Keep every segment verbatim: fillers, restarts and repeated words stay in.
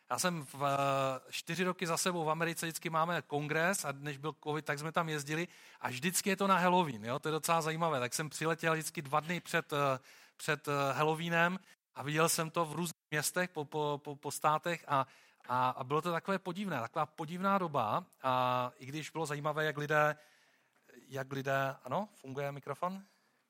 Já jsem v čtyři roky za sebou v Americe, vždycky máme kongres a než byl covid, tak jsme tam jezdili a vždycky je to na Halloween, jo? To je docela zajímavé. Tak jsem přiletěl vždycky dva dny před, před Halloweenem a viděl jsem to v různých městech po, po, po, po státech a, a, a bylo to takové podivné, taková podivná doba a i když bylo zajímavé, jak lidé, jak lidé, ano, funguje mikrofon?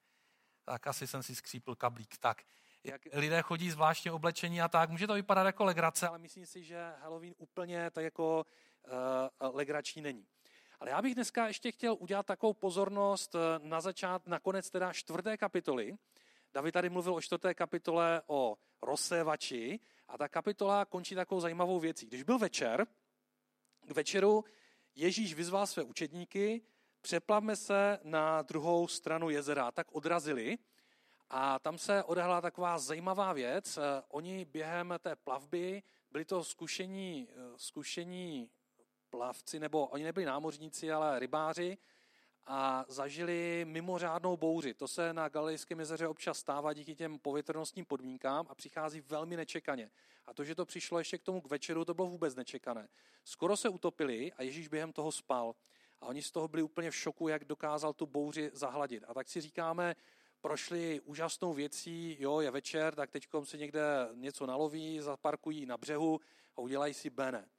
Tak asi jsem si skřípl kablík, tak. Jak lidé chodí zvláštně oblečení a tak. Může to vypadat jako legrace, ale myslím si, že Halloween úplně tak jako uh, legrační není. Ale já bych dneska ještě chtěl udělat takovou pozornost na začát, na konec teda čtvrté kapitoly. David tady mluvil o čtvrté kapitole o rozsévači a ta kapitola končí takovou zajímavou věcí. Když byl večer, k večeru Ježíš vyzval své učedníky, přeplavme se na druhou stranu jezera. Tak odrazili. A tam se odehrála taková zajímavá věc. Oni během té plavby byli to zkušení, zkušení plavci, nebo oni nebyli námořníci, ale rybáři a zažili mimořádnou bouři. To se na Galilejském jezeře občas stává díky těm povětrnostním podmínkám a přichází velmi nečekaně. A to, že to přišlo ještě k tomu k večeru, to bylo vůbec nečekané. Skoro se utopili a Ježíš během toho spal. A oni z toho byli úplně v šoku, jak dokázal tu bouři zahladit. A tak si říkáme, prošli úžasnou věcí, jo, je večer, tak teďkom si někde něco naloví, zaparkují na břehu a udělají si bene.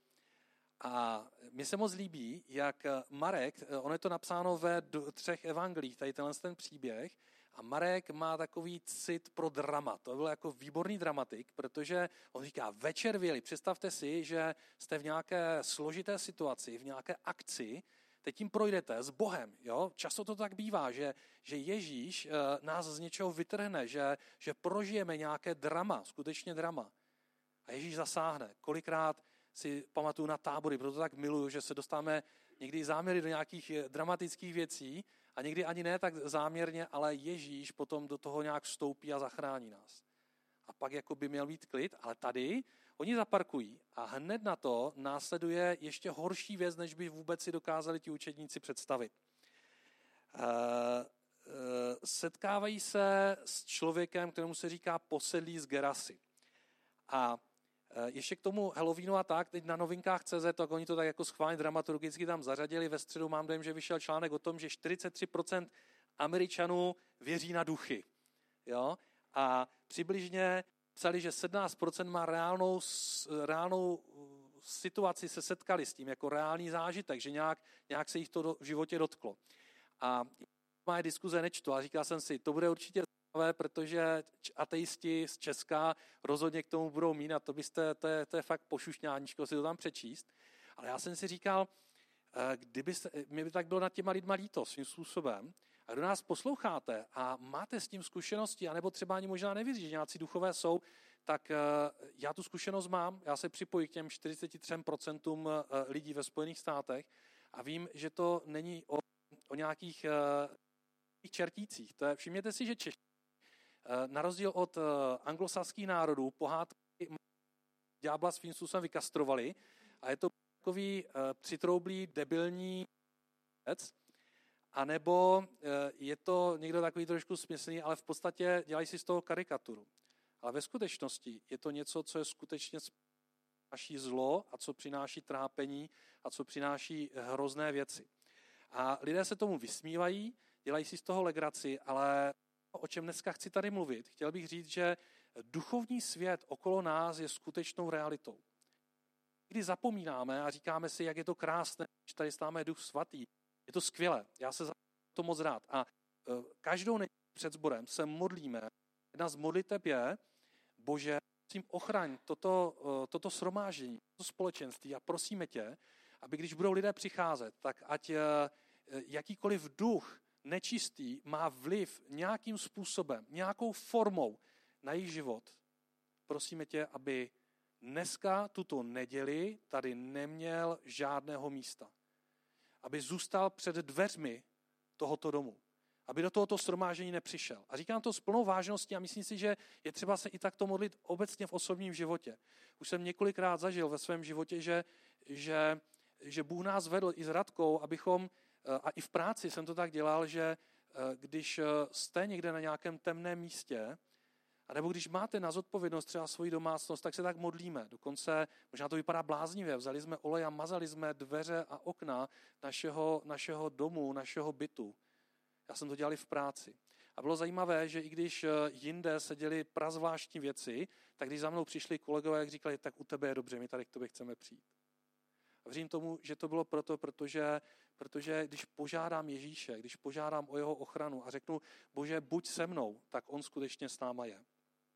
A mně se moc líbí, jak Marek, ono je to napsáno ve třech evangelích, tady tenhle ten příběh, a Marek má takový cit pro drama. To byl jako výborný dramatik, protože on říká, večer vyjeli, představte si, že jste v nějaké složité situaci, v nějaké akci, teď tím projdete s Bohem. Jo? Často to tak bývá, že, že Ježíš e, nás z něčeho vytrhne, že, že prožijeme nějaké drama, skutečně drama. A Ježíš zasáhne. Kolikrát si pamatuju na tábory, proto tak miluju, že se dostáváme někdy záměry do nějakých dramatických věcí a někdy ani ne tak záměrně, ale Ježíš potom do toho nějak vstoupí a zachrání nás. A pak jako by měl být klid, ale tady oni zaparkují a hned na to následuje ještě horší věc, než by vůbec si dokázali ti učedníci představit. E, e, setkávají se s člověkem, kterému se říká posedlý z Gerasy. A e, ještě k tomu Halloweenu a tak, teď na novinkách tečka cé zet, tak oni to tak jako schválně dramaturgicky tam zařadili. Ve středu mám dojem, že vyšel článek o tom, že čtyřicet tři procent Američanů věří na duchy. Jo? A přibližně psali, že sedmnáct procent má reálnou, reálnou situaci, se setkali s tím, jako reálný zážitek, že nějak, nějak se jich to do, v životě dotklo. A má diskuze nečtu, a říkal jsem si, to bude určitě zajímavé, protože ateisti z Česka rozhodně k tomu budou mít, a to, byste, to, je, to je fakt pošušňáníčko si to tam přečíst. Ale já jsem si říkal, kdybyste, mě by tak bylo nad těma lidma líto svým způsobem, a kdo nás posloucháte a máte s tím zkušenosti, anebo třeba ani možná nevěří, že nějací duchové jsou, tak já tu zkušenost mám, já se připojí k těm čtyřiceti třem procentům lidí ve Spojených státech a vím, že to není o, o nějakých čertících. To je, všimněte si, že Češi, na rozdíl od anglosaských národů, pohádky ďábla svým způsobem vykastrovali a je to takový přitroublý, debilní věc, a nebo je to někdo takový trošku smyslný, ale v podstatě dělají si z toho karikaturu. Ale ve skutečnosti je to něco, co je skutečně přináší zlo a co přináší trápení a co přináší hrozné věci. A lidé se tomu vysmívají, dělají si z toho legraci, ale o čem dneska chci tady mluvit, chtěl bych říct, že duchovní svět okolo nás je skutečnou realitou. Když zapomínáme a říkáme si, jak je to krásné, že tady stáme Duch Svatý, je to skvělé, já se za to moc rád. A každou neděli před sborem se modlíme. Jedna z modliteb je, Bože, prosím, ochraň toto, toto shromáždění, toto společenství a prosíme tě, aby když budou lidé přicházet, tak ať jakýkoliv duch nečistý má vliv nějakým způsobem, nějakou formou na jejich život. Prosíme tě, aby dneska, tuto neděli, tady neměl žádného místa. Aby zůstal před dveřmi tohoto domu. Aby do tohoto shromáždění nepřišel. A říkám to s plnou vážností a myslím si, že je třeba se i takto modlit obecně v osobním životě. Už jsem několikrát zažil ve svém životě, že, že, že Bůh nás vedl i s Radkou, abychom, a i v práci jsem to tak dělal, že když jste někde na nějakém temném místě A nebo když máte na zodpovědnost třeba svoji domácnost, tak se tak modlíme. Dokonce, možná to vypadá bláznivě, vzali jsme olej a mazali jsme dveře a okna našeho, našeho domu, našeho bytu. Já jsem to dělal v práci. A bylo zajímavé, že i když jinde se děli prazvláštní věci, tak když za mnou přišli kolegové, jak říkali, tak u tebe je dobře, my tady k tobě chceme přijít. A věřím tomu, že to bylo proto, protože, protože když požádám Ježíše, když požádám o jeho ochranu a řeknu, Bože, buď se mnou, tak on skutečně s náma je.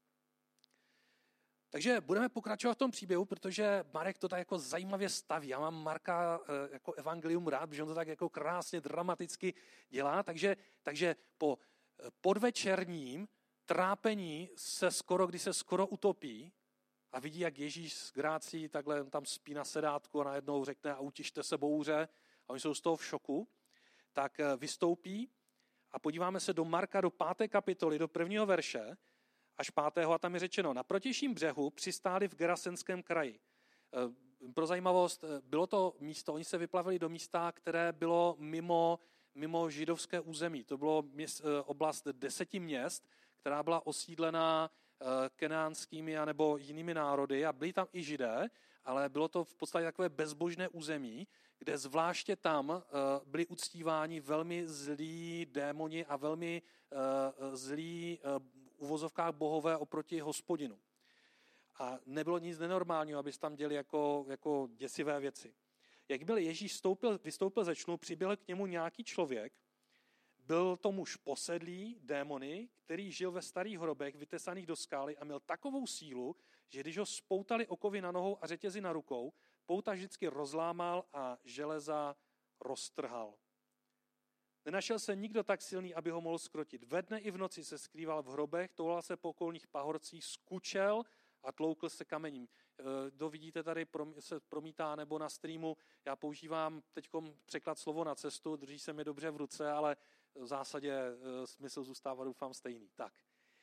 Takže budeme pokračovat v tom příběhu, protože Marek to tak jako zajímavě staví. Já mám Marka jako evangelium rád, protože on to tak jako krásně, dramaticky dělá. Takže, takže po podvečerním trápení se skoro, kdy se skoro utopí a vidí, jak Ježíš s grácí takhle tam spí na sedátku a najednou řekne a utište se bouře a oni jsou z toho v šoku, tak vystoupí a podíváme se do Marka, do páté kapitoly, do prvního verše, až pátého a tam je řečeno, na protějším břehu přistáli v Gerasenském kraji. Pro zajímavost, bylo to místo, oni se vyplavili do místa, které bylo mimo, mimo židovské území. To bylo měst, oblast deseti měst, která byla osídlená kenánskými nebo jinými národy a byli tam i Židé, ale bylo to v podstatě takové bezbožné území, kde zvláště tam byli uctíváni velmi zlí démoni a velmi zlí v uvozovkách bohové oproti Hospodinu. A nebylo nic nenormálního, aby se tam děli jako, jako děsivé věci. Jak byl Ježíš vstoupil, vystoupil ze člunu, přiběhl k němu nějaký člověk, byl to muž posedlý démony, který žil ve starých hrobech vytesaných do skály a měl takovou sílu, že když ho spoutali okovy na nohou a řetězy na rukou, pouta vždycky rozlámal a železa roztrhal. Nenašel se nikdo tak silný, aby ho mohl skrotit. Ve dne i v noci se skrýval v hrobech, toulal se po okolních pahorcích, skučel a tloukl se kamením. Kdo vidíte tady, se promítá nebo na streamu, já používám teď překlad slovo na cestu, drží se mi dobře v ruce, ale v zásadě smysl zůstává, doufám, stejný. Tak.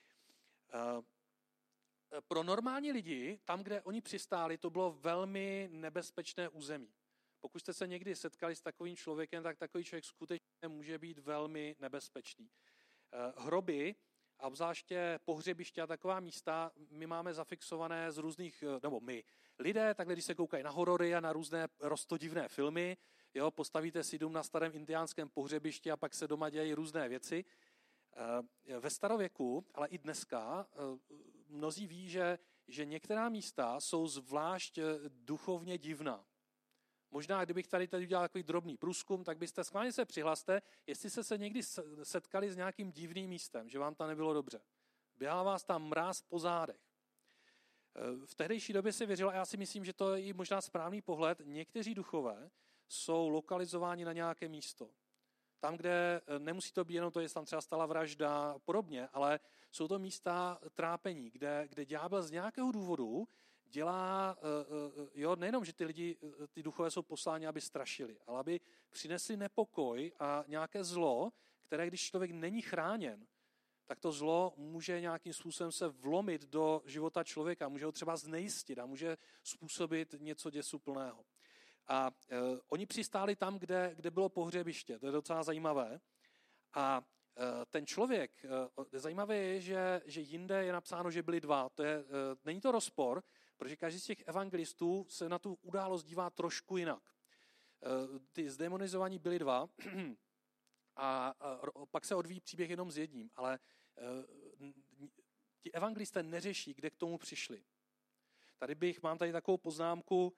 Pro normální lidi, tam, kde oni přistáli, to bylo velmi nebezpečné území. Pokud jste se někdy setkali s takovým člověkem, tak takový člověk skutečně může být velmi nebezpečný. Hroby, a obzvláště pohřebiště a taková místa, my máme zafixované z různých, nebo my, lidé, takhle když se koukají na horory a na různé rostodivné filmy, jo, postavíte si dům na starém indiánském pohřebišti a pak se doma dělají různé věci. Ve starověku, ale i dneska, mnozí ví, že, že některá místa jsou zvlášť duchovně divná. Možná, kdybych tady tady udělal takový drobný průzkum, tak byste schválně se přihlaste, jestli jste se někdy setkali s nějakým divným místem, že vám tam nebylo dobře. Běhal vás tam mráz po zádech. V tehdejší době se věřilo, a já si myslím, že to je i možná správný pohled, někteří duchové jsou lokalizováni na nějaké místo. Tam, kde nemusí to být jenom to, jestli tam třeba stala vražda a podobně, ale jsou to místa trápení, kde, kde ďábel z nějakého důvodu dělá, jo, nejenom, že ty lidi, ty duchové jsou posláni, aby strašili, ale aby přinesli nepokoj a nějaké zlo, které, když člověk není chráněn, tak to zlo může nějakým způsobem se vlomit do života člověka, může ho třeba znejistit a může způsobit něco děsuplného. A e, oni přistáli tam, kde, kde bylo pohřebiště, to je docela zajímavé. A e, ten člověk, e, zajímavé je, že, že jinde je napsáno, že byli dva. To je, e, není to rozpor, protože každý z těch evangelistů se na tu událost dívá trošku jinak. E, ty zdemonizovaní byli dva a, a pak se odvíjí příběh jenom s jedním, ale e, ti evangelisté neřeší, kde k tomu přišli. Tady bych, mám tady takovou poznámku,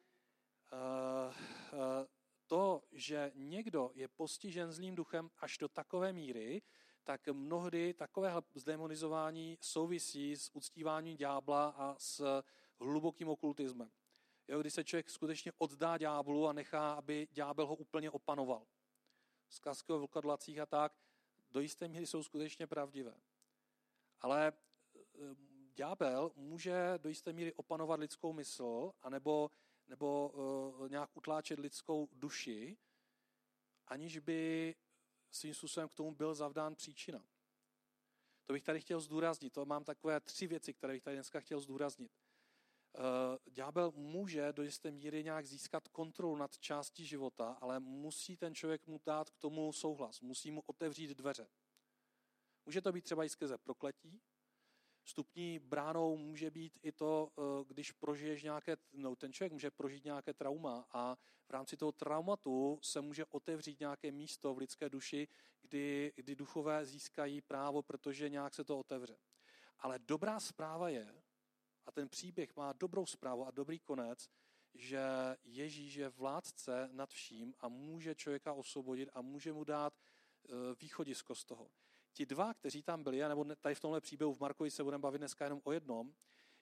to, že někdo je postižen zlým duchem až do takové míry, tak mnohdy takové zdemonizování souvisí s uctíváním ďábla a s hlubokým okultismem. Jo, kdy se člověk skutečně oddá ďáblu a nechá, aby ďábel ho úplně opanoval. Zkazky o vlkodlacích a tak do jisté míry jsou skutečně pravdivé. Ale ďábel může do jisté míry opanovat lidskou mysl, anebo nebo uh, nějak utláčet lidskou duši, aniž by svým způsobem k tomu byl zavdán příčina. To bych tady chtěl zdůraznit. To mám takové tři věci, které bych tady dneska chtěl zdůraznit. Uh, ďábel může do jisté míry nějak získat kontrolu nad částí života, ale musí ten člověk mu dát k tomu souhlas. Musí mu otevřít dveře. Může to být třeba i skrze prokletí, Vstupní bránou může být i to, když prožiješ nějaké, no ten člověk může prožít nějaké trauma a v rámci toho traumatu se může otevřít nějaké místo v lidské duši, kdy, kdy duchové získají právo, protože nějak se to otevře. Ale dobrá zpráva je, a ten příběh má dobrou zprávu a dobrý konec, že Ježíš je vládce nad vším a může člověka osvobodit a může mu dát východisko z toho. Ti dva, kteří tam byli, nebo tady v tomhle příběhu v Markovi se budeme bavit dneska jenom o jednom,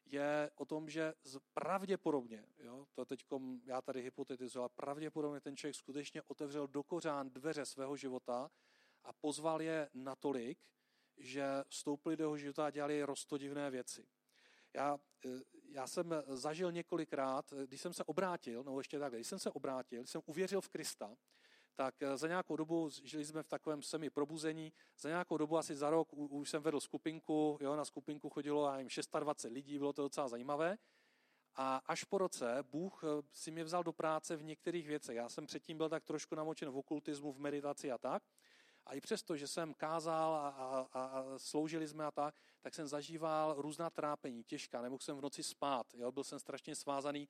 je o tom, že pravděpodobně, jo, to teďkom já tady hypotetizuji, ale pravděpodobně ten člověk skutečně otevřel do kořán dveře svého života a pozval je natolik, že vstoupili do jeho života a dělali roztodivné věci. Já, já jsem zažil několikrát, když jsem se obrátil, no ještě takhle, když jsem se obrátil, když jsem uvěřil v Krista, tak za nějakou dobu, žili jsme v takovém semi probuzení, za nějakou dobu, asi za rok, už jsem vedl skupinku, jo, na skupinku chodilo já jim dvacet šest lidí, bylo to docela zajímavé. A až po roce Bůh si mě vzal do práce v některých věcech. Já jsem předtím byl tak trošku namočen v okultismu, v meditaci a tak. A i přesto, že jsem kázal a, a, a sloužili jsme a tak, tak jsem zažíval různá trápení, těžká, nemohl jsem v noci spát, jo, byl jsem strašně svázaný.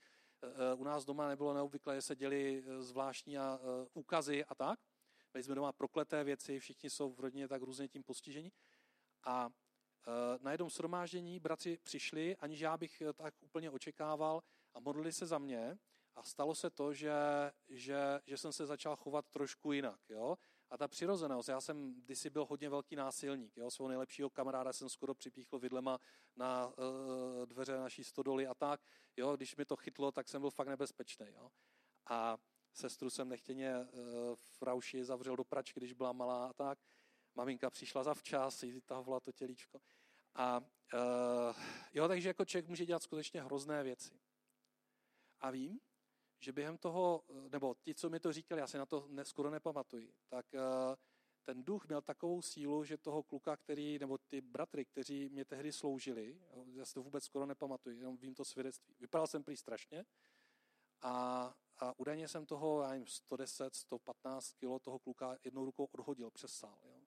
U nás doma nebylo neobvyklé, že se děli zvláštní úkazy a tak. Byli jsme doma prokleté věci, všichni jsou v rodině tak různě tím postiženi. A na jednom shromáždění bratři přišli, aniž já bych tak úplně očekával, a modlili se za mě. A stalo se to, že, že, že jsem se začal chovat trošku jinak. Jo? A ta přirozenost, já jsem kdysi byl hodně velký násilník. Jo? Svého nejlepšího kamaráda jsem skoro připíchl vidlema na uh, dveře naší stodoly a tak. Jo? Když mi to chytlo, tak jsem byl fakt nebezpečný. Jo? A sestru jsem nechtěně uh, v rauši zavřel do pračky, když byla malá a tak. Maminka přišla zavčas, jí tahovala to tělíčko. A uh, jo, takže jako člověk může dělat skutečně hrozné věci. A vím, že během toho, nebo ti, co mi to říkali, já si na to ne, skoro nepamatuji, tak uh, ten duch měl takovou sílu, že toho kluka, který, nebo ty bratry, kteří mě tehdy sloužili, já si to vůbec skoro nepamatuji, jenom vím to svědectví. Vypadal jsem prý strašně a, a údajně jsem toho, já nevím, sto deset, sto patnáct kilo toho kluka jednou rukou odhodil přes sál. Jo.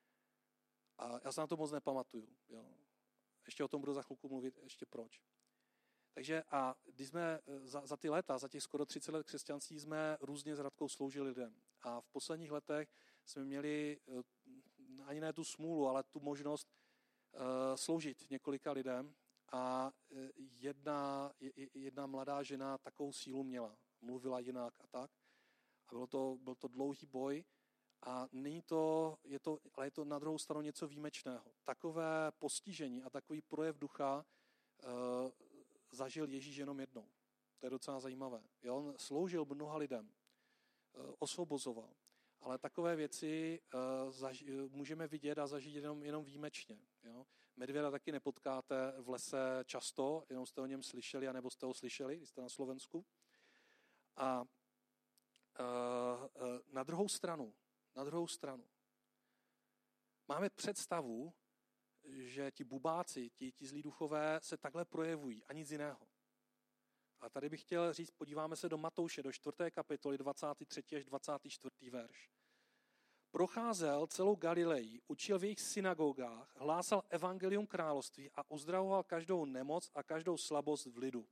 A já se na to moc nepamatuju. Jo. Ještě o tom budu za chvilku mluvit, ještě proč. Takže a když jsme za, za ty léta, za těch skoro třicet let křesťanství, jsme různě s Radkou sloužili lidem. A v posledních letech jsme měli ani ne tu smůlu, ale tu možnost uh, sloužit několika lidem. A jedna, jedna mladá žena takovou sílu měla. Mluvila jinak a tak. A bylo to, byl to dlouhý boj. A není to, je to, ale je to na druhou stranu něco výjimečného. Takové postižení a takový projev ducha uh, zažil Ježíš jenom jednou. To je docela zajímavé. Jo? On sloužil mnoha lidem, osvobozoval. Ale takové věci zaži- můžeme vidět a zažít jenom, jenom výjimečně. Jo? Medvěda taky nepotkáte v lese často, jenom jste o něm slyšeli, anebo jste ho slyšeli, když jste na Slovensku. A na druhou stranu, na druhou stranu, máme představu, že ti bubáci, ti, ti zlí duchové se takhle projevují a nic jiného. A tady bych chtěl říct, podíváme se do Matouše, do čtvrté kapitoly, dvacátý třetí až dvacátý čtvrtý verš. Procházel celou Galileji, učil v jejich synagogách, hlásal evangelium království a uzdravoval každou nemoc a každou slabost v lidu.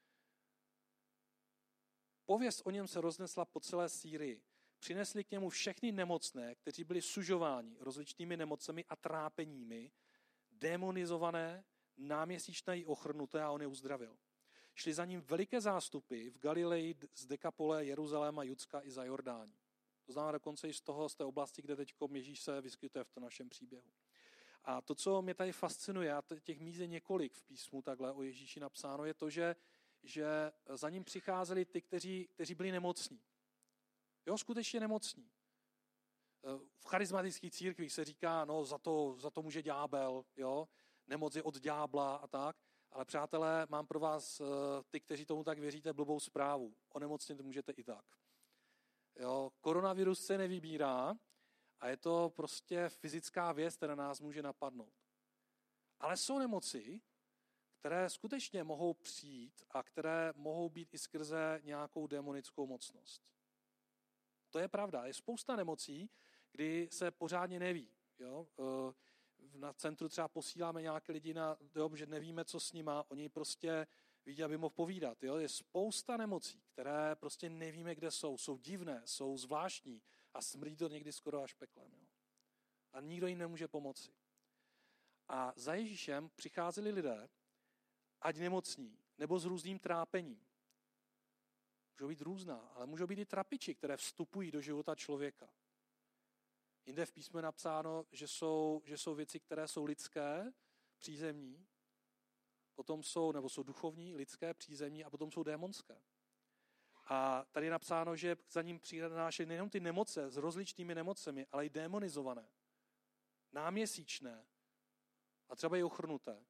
Pověst o něm se roznesla po celé Sýrii. Přinesli k němu všechny nemocné, kteří byli sužováni rozličnými nemocemi a trápeními, démonizované, náměsíčné i ochrnuté, a on je uzdravil. Šli za ním veliké zástupy v Galileji, z Dekapole, Jeruzaléma, Judska i za Jordání. To znamená dokonce i z toho, z té oblasti, kde teď Ježíš se vyskytuje v tom našem příběhu. A to, co mě tady fascinuje, a těch míst je několik v písmu takhle o Ježíši napsáno, je to, že, že za ním přicházeli ty, kteří, kteří byli nemocní. Jo, skutečně nemocní. V charismatických církvích se říká, no za to, za to může ďábel, jo, nemoc je od ďábla a tak. Ale přátelé, mám pro vás, ty, kteří tomu tak věříte, blbou zprávu. Onemocnit můžete i tak. Jo, koronavirus se nevybírá a je to prostě fyzická věc, která nás může napadnout. Ale jsou nemoci, které skutečně mohou přijít a které mohou být i skrze nějakou démonickou mocnost. To je pravda. Je spousta nemocí, kdy se pořádně neví. Jo? na centru třeba posíláme nějaké lidi, na, jo, že nevíme, co s nima, oni prostě vidí, aby mohl povídat. Jo. Je spousta nemocí, které prostě nevíme, kde jsou. Jsou divné, jsou zvláštní a smrdí to někdy skoro až peklem. Jo. A nikdo jim nemůže pomoci. A za Ježíšem přicházeli lidé, ať nemocní, nebo s různým trápením. Můžou být různá, ale můžou být i trapiči, které vstupují do života člověka. Jinde v písmu je napsáno, že jsou, že jsou věci, které jsou lidské, přízemní, potom jsou, nebo jsou duchovní, lidské, přízemní a potom jsou démonské. A tady je napsáno, že za ním přinášejí nejenom ty nemoce s rozličnými nemocemi, ale i démonizované, náměsíčné a třeba i ochrnuté.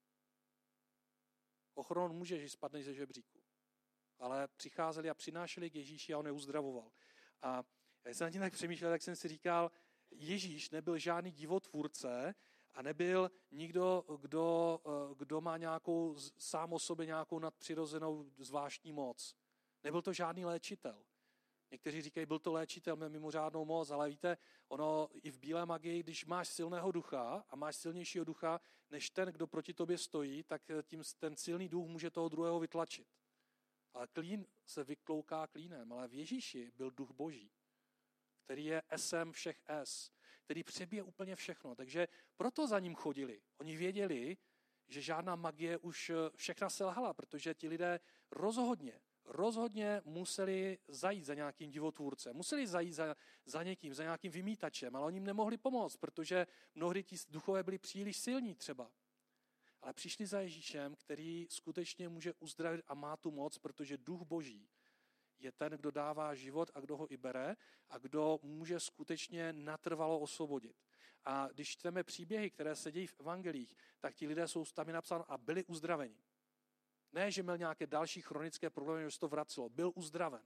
Ochron může, že spadneš ze žebříku. Ale přicházeli a přinášeli k Ježíši a on je uzdravoval. A já jsem na tím tak přemýšlel, tak jsem si říkal, Ježíš nebyl žádný divotvůrce a nebyl nikdo, kdo, kdo má nějakou, sám o sobě nějakou nadpřirozenou zvláštní moc. Nebyl to žádný léčitel. Někteří říkají, byl to léčitel, má mimořádnou moc, ale víte, ono i v bílé magii, když máš silného ducha a máš silnějšího ducha, než ten, kdo proti tobě stojí, tak tím ten silný duch může toho druhého vytlačit. Ale klín se vyklouká klínem, ale v Ježíši byl duch boží, který je esem všech es, který přebije úplně všechno. Takže proto za ním chodili. Oni věděli, že žádná magie už všechna selhala, protože ti lidé rozhodně, rozhodně museli zajít za nějakým divotvůrcem, museli zajít za, za někým, za nějakým vymítačem, ale oni jim nemohli pomoct, protože mnohdy ti duchové byli příliš silní třeba. Ale přišli za Ježíšem, který skutečně může uzdravit a má tu moc, protože duch boží je ten, kdo dává život a kdo ho i bere a kdo může skutečně natrvalo osvobodit. A když čteme příběhy, které se dějí v evangelích, tak ti lidé jsou tam napsáno a byli uzdraveni. Ne, že měl nějaké další chronické problémy, že se to vracelo. Byl uzdraven.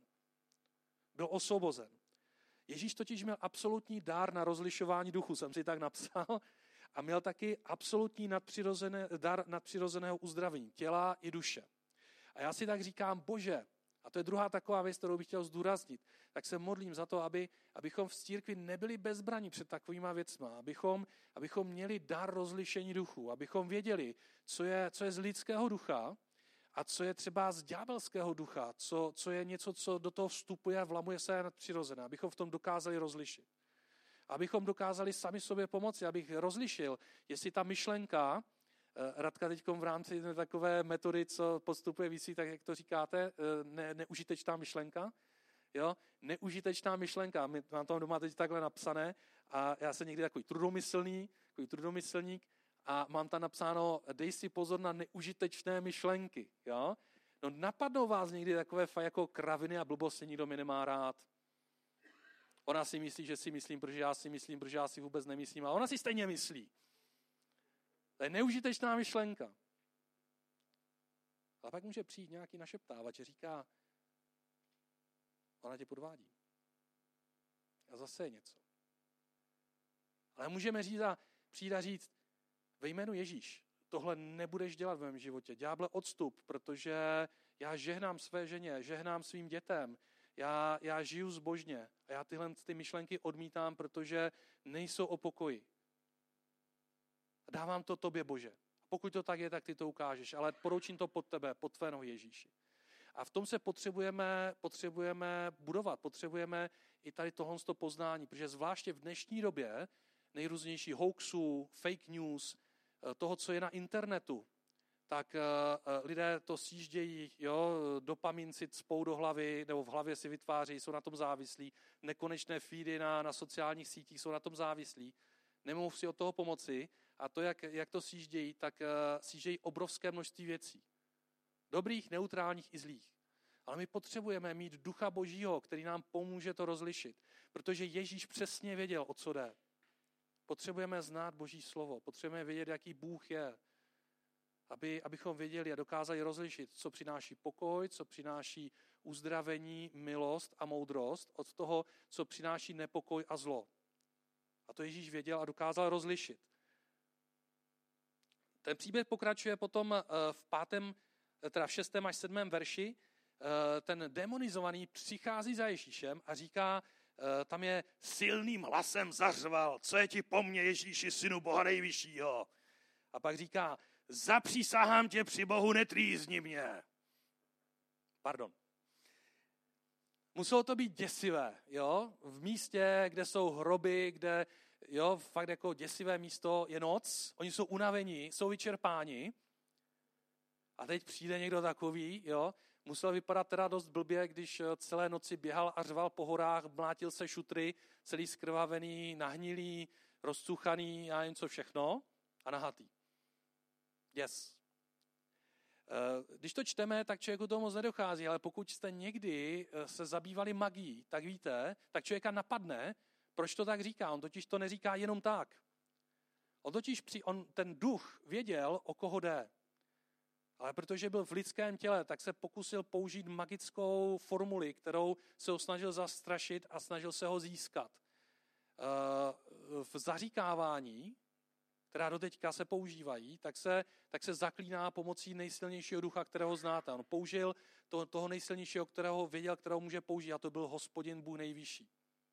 Byl osvobozen. Ježíš totiž měl absolutní dár na rozlišování duchu, jsem si tak napsal, a měl taky absolutní nadpřirozené, dar nadpřirozeného uzdravení těla i duše. A já si tak říkám, Bože, a to je druhá taková věc, kterou bych chtěl zdůraznit, tak se modlím za to, aby, abychom v církvi nebyli bezbraní před takovýma věcma, abychom, abychom měli dar rozlišení duchu, abychom věděli, co je, co je z lidského ducha a co je třeba z ďábelského ducha, co, co je něco, co do toho vstupuje a vlamuje se nadpřirozené, abychom v tom dokázali rozlišit. Abychom dokázali sami sobě pomoci, abych rozlišil, jestli ta myšlenka, Radka teď v rámci takové metody, co postupuje víc, tak jak to říkáte, ne, neužitečná myšlenka, jo, neužitečná myšlenka, mám tam doma teď takhle napsané a já jsem někdy takový trudomyslný, takový trudomyslník a mám tam napsáno, dej si pozor na neužitečné myšlenky, jo. No napadnou vás někdy takové jako kraviny a blbosti, nikdo mě nemá rád. Ona si myslí, že si myslím, protože já si myslím, protože já si vůbec nemyslím, ale ona si stejně myslí. To je neužitečná myšlenka. A pak může přijít nějaký našeptávač a říká, ona tě podvádí. A zase je něco. Ale můžeme říct a přijít a říct, ve jménu Ježíš, tohle nebudeš dělat v mém životě. Ďáble, odstup, protože já žehnám své ženě, žehnám svým dětem, já, já žiju zbožně a já tyhle ty myšlenky odmítám, protože nejsou o pokoji. A dávám to tobě, Bože. A pokud to tak je, tak ty to ukážeš, ale poroučím to pod tebe, pod tvé nohy, Ježíši. A v tom se potřebujeme, potřebujeme budovat, potřebujeme i tady tohle poznání, protože zvláště v dnešní době nejrůznější hoaxů, fake news, toho, co je na internetu, tak lidé to sjíždějí, jo, dopamin si cpou do hlavy, nebo v hlavě si vytváří, jsou na tom závislí, nekonečné feedy na, na sociálních sítích jsou na tom závislí, nemohou si od toho pomoci a to, jak, jak to sjíždějí, tak sjíždějí obrovské množství věcí. Dobrých, neutrálních i zlých. Ale my potřebujeme mít ducha božího, který nám pomůže to rozlišit, protože Ježíš přesně věděl, o co jde. Potřebujeme znát Boží slovo, potřebujeme vědět, jaký Bůh je, aby, abychom věděli a dokázali rozlišit, co přináší pokoj, co přináší uzdravení, milost a moudrost od toho, co přináší nepokoj a zlo. A to Ježíš věděl a dokázal rozlišit. Ten příběh pokračuje potom v pátém, teda v šestém až sedmém verši. Ten demonizovaný přichází za Ježíšem a říká, tam je silným hlasem zařval, co je ti po mně, Ježíši, synu Boha nejvyššího. A pak říká, zapřísahám tě při Bohu, netrýzni mě. Pardon. Muselo to být děsivé, jo? V místě, kde jsou hroby, kde, jo, fakt jako děsivé místo, je noc, oni jsou unavení, jsou vyčerpáni. A teď přijde někdo takový, jo? Musel vypadat teda dost blbě, když celé noci běhal a řval po horách, mlátil se šutry, celý skrvavený, nahnilý, rozcuchaný, já nevím co všechno, a nahatý. Yes. Když to čteme, tak člověku to moc nedochází, ale pokud jste někdy se zabývali magií, tak víte, tak člověka napadne, proč to tak říká. On totiž to neříká jenom tak. On totiž při, on, ten duch věděl, o koho jde. Ale protože byl v lidském těle, tak se pokusil použít magickou formuli, kterou se ho snažil zastrašit a snažil se ho získat. V zaříkávání, která doteďka se používají, tak se, tak se zaklíná pomocí nejsilnějšího ducha, kterého znáte. On použil to, toho nejsilnějšího, kterého věděl, kterého může použít, a to byl Hospodin Bůh nejvyšší.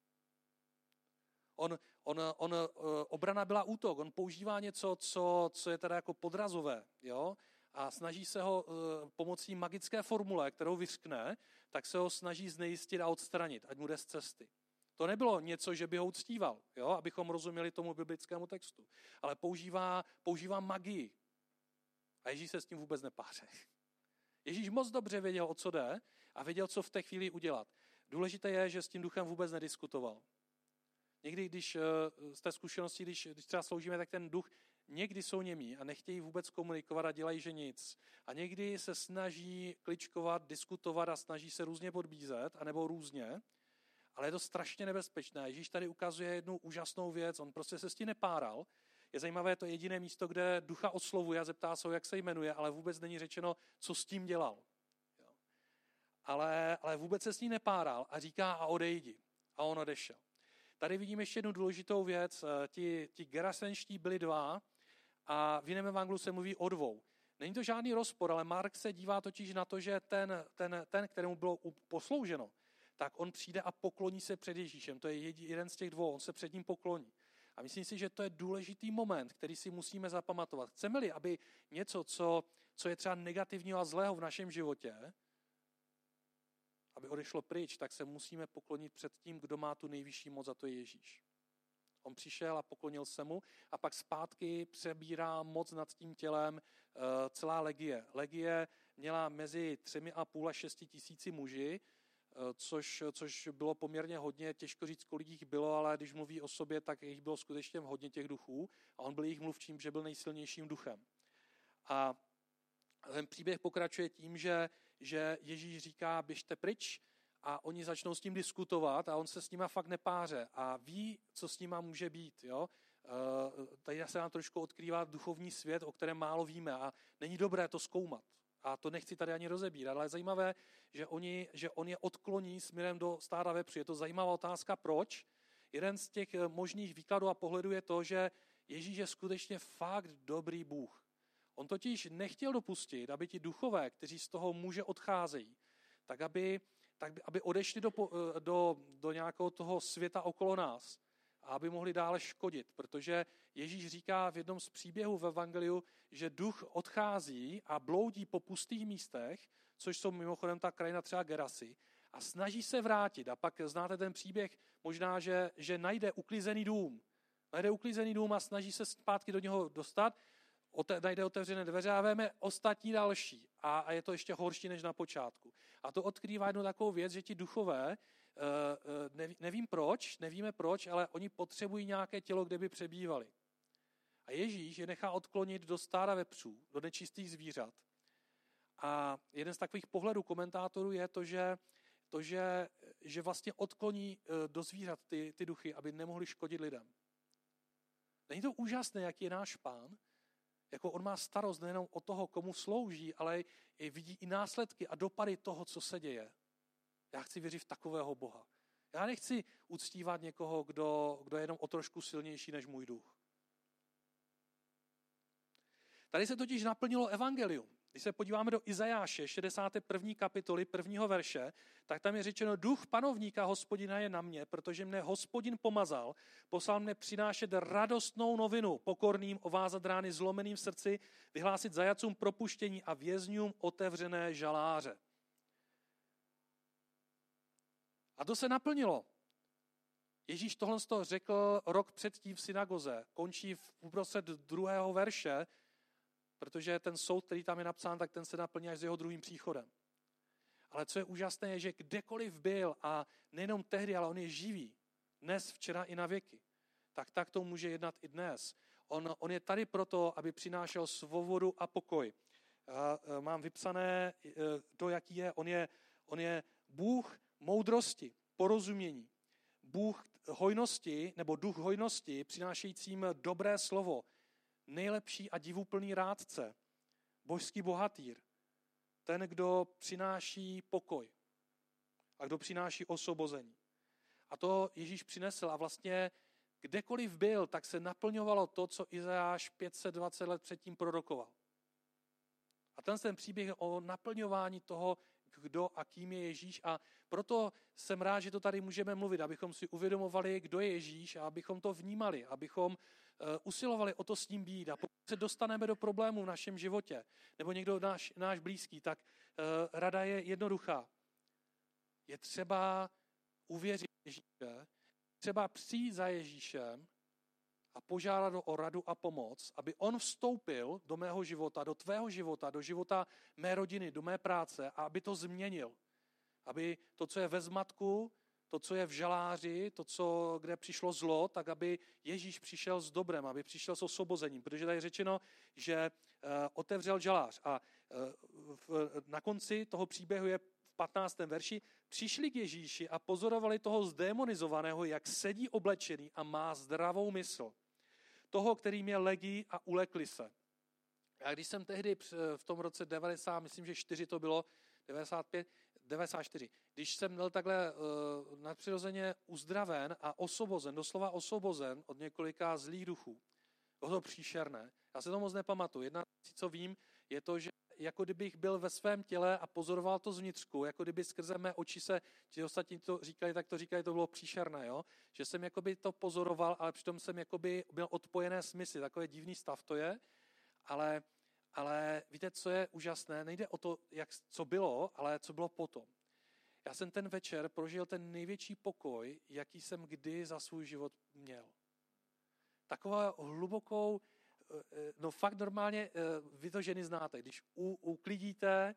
On, on, on, obrana byla útok, on používá něco, co, co je teda jako podrazové, jo? A snaží se ho pomocí magické formule, kterou vyřkne, tak se ho snaží znejistit a odstranit, ať mu jde z cesty. To nebylo něco, že by ho uctíval, jo, abychom rozuměli tomu biblickému textu, ale používá, používá magii. A Ježíš se s tím vůbec nepáře. Ježíš moc dobře věděl, o co jde, a věděl, co v té chvíli udělat. Důležité je, že s tím duchem vůbec nediskutoval. Někdy, když z té zkušenosti, když, když třeba sloužíme, tak ten duch někdy jsou němí a nechtějí vůbec komunikovat a dělají, že nic. A někdy se snaží kličkovat, diskutovat a snaží se různě podbízet, anebo různě. Ale je to strašně nebezpečné. Ježíš tady ukazuje jednu úžasnou věc, on prostě se s tím nepáral. Je zajímavé, to jediné místo, kde ducha oslovuje a zeptá se ho, jak se jmenuje, ale vůbec není řečeno, co s tím dělal. Jo. Ale, ale vůbec se s ním nepáral a říká a odejdi. A on odešel. Tady vidíme ještě jednu důležitou věc. Ti, ti gerasenští byli dva a v jiném evangeliu se mluví o dvou. Není to žádný rozpor, ale Mark se dívá totiž na to, že ten, ten, ten kterému bylo poslouženo, tak on přijde a pokloní se před Ježíšem. To je jeden z těch dvou, on se před ním pokloní. A myslím si, že to je důležitý moment, který si musíme zapamatovat. Chceme-li, aby něco, co, co je třeba negativního a zlého v našem životě, aby odešlo pryč, tak se musíme poklonit před tím, kdo má tu nejvyšší moc, a to je Ježíš. On přišel a poklonil se mu a pak zpátky přebírá moc nad tím tělem uh, celá legie. Legie měla mezi třemi a půl a šesti tisíci muži, Což, což bylo poměrně hodně, těžko říct, kolik jich bylo, ale když mluví o sobě, tak jich bylo skutečně hodně těch duchů a on byl jejich mluvčím, že byl nejsilnějším duchem. A ten příběh pokračuje tím, že, že Ježíš říká, běžte pryč, a oni začnou s tím diskutovat a on se s nima fakt nepáře a ví, co s nima může být. Jo? Tady se nám trošku odkrývá duchovní svět, o kterém málo víme, a není dobré to zkoumat. A to nechci tady ani rozebírat, ale je zajímavé, že, oni, že on je odkloní směrem do stáda vepřů. Je to zajímavá otázka, proč. Jeden z těch možných výkladů a pohledů je to, že Ježíš je skutečně fakt dobrý Bůh. On totiž nechtěl dopustit, aby ti duchové, kteří z toho muže odcházejí, tak aby, tak aby odešli do, do, do nějakého toho světa okolo nás a aby mohli dále škodit, protože Ježíš říká v jednom z příběhů v evangeliu, že duch odchází a bloudí po pustých místech, což jsou mimochodem ta krajina třeba Gerasy, a snaží se vrátit. A pak znáte ten příběh možná, že, že najde uklizený dům. Najde uklizený dům a snaží se zpátky do něho dostat, ote, najde otevřené dveře a veme ostatní další. A, a je to ještě horší než na počátku. A to odkrývá jednu takovou věc, že ti duchové, nevím proč, nevíme proč, ale oni potřebují nějaké tělo, kde by přebývali. A Ježíš je nechá odklonit do stáda vepřů, do nečistých zvířat. A jeden z takových pohledů komentátorů je to, že, to, že, že vlastně odkloní do zvířat ty, ty duchy, aby nemohli škodit lidem. Není to úžasné, jaký je náš Pán? Jako on má starost nejenom o toho, komu slouží, ale i vidí i následky a dopady toho, co se děje. Já chci věřit v takového Boha. Já nechci uctívat někoho, kdo, kdo je jenom o trošku silnější než můj duch. Tady se totiž naplnilo evangelium. Když se podíváme do Izajáše, šedesáté první kapitoly, prvního verše, tak tam je řečeno, duch panovníka Hospodina je na mě, protože mne Hospodin pomazal, poslal mne přinášet radostnou novinu, pokorným ovázat rány zlomeným v srdci, vyhlásit zajatcům propuštění a vězňům otevřené žaláře. A to se naplnilo. Ježíš tohle řekl rok předtím v synagoze, končí v uprostřed druhého verše, protože ten soud, který tam je napsán, tak ten se naplní až s jeho druhým příchodem. Ale co je úžasné, je, že kdekoliv byl, a nejenom tehdy, ale on je živý, dnes, včera i na věky, tak tak to může jednat i dnes. On, on je tady proto, aby přinášel svobodu a pokoj. Já mám vypsané, to, jaký je. On je, on je Bůh moudrosti, porozumění. Bůh hojnosti, nebo duch hojnosti, přinášejícím dobré slovo, nejlepší a divuplný rádce, božský bohatýr, ten, kdo přináší pokoj a kdo přináší osvobození. A to Ježíš přinesl a vlastně kdekoliv byl, tak se naplňovalo to, co Izajáš pět set dvacet let předtím prorokoval. A ten ten příběh je o naplňování toho, kdo a kým je Ježíš, a proto jsem rád, že to tady můžeme mluvit, abychom si uvědomovali, kdo je Ježíš, a abychom to vnímali, abychom uh, usilovali o to s ním být. A pokud se dostaneme do problémů v našem životě, nebo někdo náš, náš blízký, tak uh, rada je jednoduchá. Je třeba uvěřit Ježíše, třeba přijít za Ježíšem a požádat ho o radu a pomoc, aby on vstoupil do mého života, do tvého života, do života mé rodiny, do mé práce, a aby to změnil. Aby to, co je ve zmatku, to, co je v žaláři, to, co, kde přišlo zlo, tak aby Ježíš přišel s dobrem, aby přišel s osvobozením. Protože tady je řečeno, že uh, otevřel žalář. A uh, v, na konci toho příběhu je v patnáctém verši, přišli k Ježíši a pozorovali toho zdémonizovaného, jak sedí oblečený a má zdravou mysl. Toho, který měl legii a ulekli se. A když jsem tehdy v tom roce devadesát, myslím, že čtyři to bylo, devadesát pět, devadesát čtyři, když jsem byl takhle uh, nadpřirozeně uzdraven a osvobozen, doslova osvobozen od několika zlých duchů, bylo to příšerné. Já se to moc nepamatuju. Jedna věc, co vím, je to, že jako kdybych byl ve svém těle a pozoroval to zvnitřku, jako kdyby skrze mé oči se, ti ostatní to říkali, tak to říkali, to bylo příšerné, jo? Že jsem jakoby to pozoroval, ale přitom jsem jakoby byl odpojené smysly, takový divný stav to je, ale, ale víte, co je úžasné, nejde o to, jak, co bylo, ale co bylo potom. Já jsem ten večer prožil ten největší pokoj, jaký jsem kdy za svůj život měl. Takovou hlubokou, no fakt normálně, vy to ženy znáte, když u, uklidíte,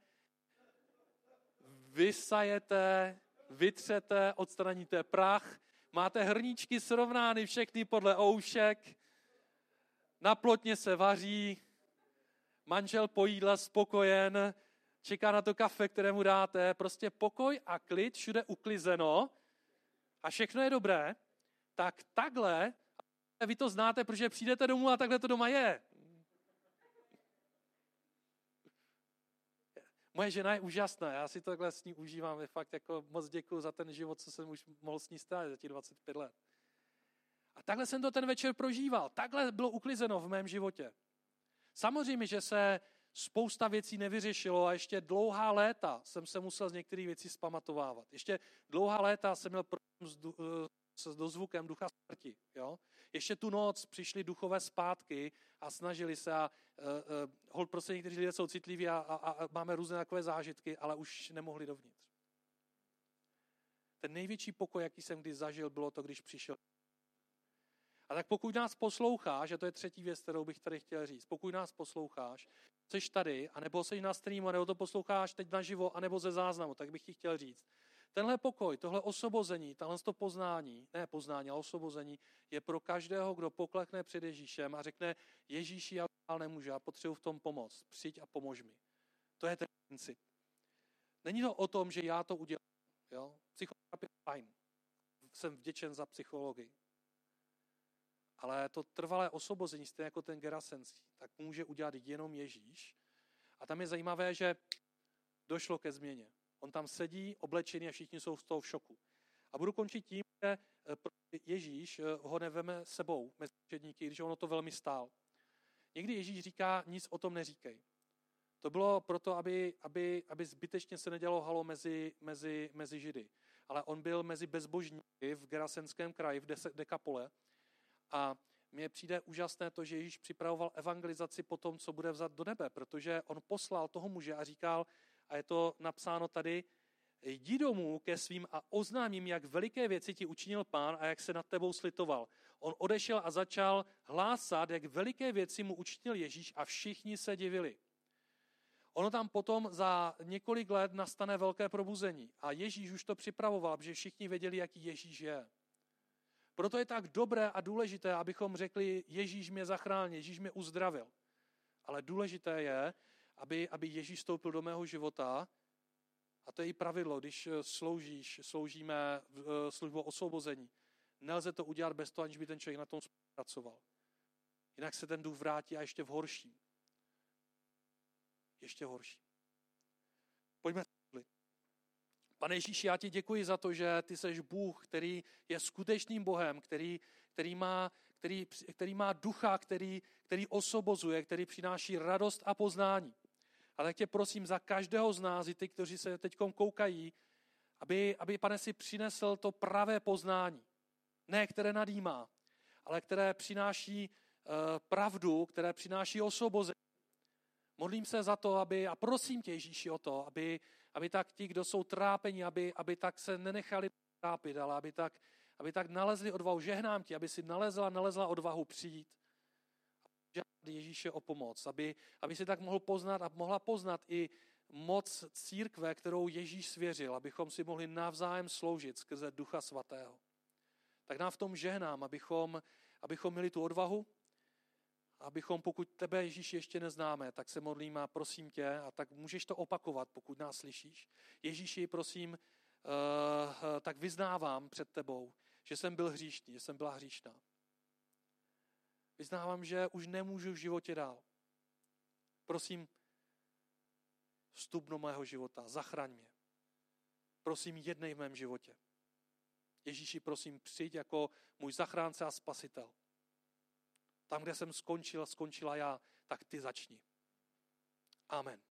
vysajete, vytřete, odstraníte prach, máte hrníčky srovnány všechny podle oušek, na plotně se vaří, manžel po jídle spokojen, čeká na to kafe, které mu dáte, prostě pokoj a klid, všude uklizeno a všechno je dobré, tak takhle, vy to znáte, protože přijdete domů a takhle to doma je. Moje žena je úžasná, já si to takhle s ní užívám, je fakt jako moc děkuju za ten život, co jsem už mohl s ní strávit za těch dvacet pět let. A takhle jsem to ten večer prožíval, takhle bylo uklizeno v mém životě. Samozřejmě, že se spousta věcí nevyřešilo a ještě dlouhá léta jsem se musel z některých věcí zpamatovávat. Ještě dlouhá léta jsem měl problém s, du, s dozvukem ducha smrti. Jo? Ještě tu noc přišli duchové zpátky a snažili se a uh, uh, hold prostě někteří lidé jsou citliví a, a, a máme různé takové zážitky, ale už nemohli dovnitř. Ten největší pokoj, jaký jsem kdy zažil, bylo to, když přišel. A tak pokud nás posloucháš, a to je třetí věc, kterou bych tady chtěl říct, pokud nás posloucháš, jsi tady, anebo jsi na streamu, anebo to posloucháš teď naživo, anebo ze záznamu, tak bych ti chtěl říct. Tenhle pokoj, tohle osvobození, tohle to poznání, ne poznání, ale osvobození, je pro každého, kdo poklekne před Ježíšem a řekne, Ježíši, já dál nemůžu, já potřebuji v tom pomoct, přijď a pomož mi. To je ten princip. Není to o tom, že já to udělám. Jo? Psychoterapie je fajn. Jsem vděčen za psychologii. Ale to trvalé osvobození, stejně jako ten gerasenský, tak může udělat jenom Ježíš. A tam je zajímavé, že došlo ke změně. On tam sedí, oblečený a všichni jsou z toho v šoku. A budu končit tím, že Ježíš ho neveme sebou mezi učedníky, když ono to velmi stál. Někdy Ježíš říká, nic o tom neříkej. To bylo proto, aby, aby, aby zbytečně se nedělalo halo mezi, mezi, mezi Židy. Ale on byl mezi bezbožníky v Gerasenském kraji, v Dekapole. A mně přijde úžasné to, že Ježíš připravoval evangelizaci po tom, co bude vzat do nebe, protože on poslal toho muže a říkal, a je to napsáno tady, jdi domů ke svým a oznámím, jak veliké věci ti učinil Pán a jak se nad tebou slitoval. On odešel a začal hlásat, jak veliké věci mu učinil Ježíš a všichni se divili. Ono tam potom za několik let nastane velké probuzení a Ježíš už to připravoval, protože všichni věděli, jaký Ježíš je. Proto je tak dobré a důležité, abychom řekli, Ježíš mě zachránil, Ježíš mě uzdravil. Ale důležité je, aby, aby Ježíš vstoupil do mého života. A to je i pravidlo, když sloužíš, sloužíme v službou osvobození. Nelze to udělat bez toho, aniž by ten člověk na tom pracoval. Jinak se ten duch vrátí a ještě v horším. Ještě v horším. Pojďme. Pane Ježíši, já ti děkuji za to, že ty seš Bůh, který je skutečným Bohem, který, který, má, který, který má ducha, který, který osobozuje, který přináší radost a poznání. A tak tě prosím za každého z nás, i ty, kteří se teď koukají, aby, aby, pane, si přinesl to pravé poznání. Ne, které nadýmá, ale které přináší uh, pravdu, které přináší osvobození. Modlím se za to, aby, a prosím tě, Ježíši, o to, aby, aby tak ti, kdo jsou trápeni, aby, aby tak se nenechali trápit, ale aby tak, aby tak nalezli odvahu. Žehnám ti, aby si nalezla, nalezla odvahu přijít a žádat Ježíše o pomoc, aby, aby si tak mohl poznat a mohla poznat i moc církve, kterou Ježíš svěřil, abychom si mohli navzájem sloužit skrze Ducha Svatého. Tak nám v tom žehnám, abychom, abychom měli tu odvahu, abychom, pokud tebe, Ježíši, ještě neznáme, tak se modlím a prosím tě, a tak můžeš to opakovat, pokud nás slyšíš. Ježíši, prosím, uh, uh, tak vyznávám před tebou, že jsem byl hříšný, že jsem byla hříšná. Vyznávám, že už nemůžu v životě dál. Prosím, vstup do mého života, zachraň mě. Prosím, jednej v mém životě. Ježíši, prosím, přijď jako můj zachránce a spasitel. Tam, kde jsem skončil, skončila já, tak ty začni. Amen.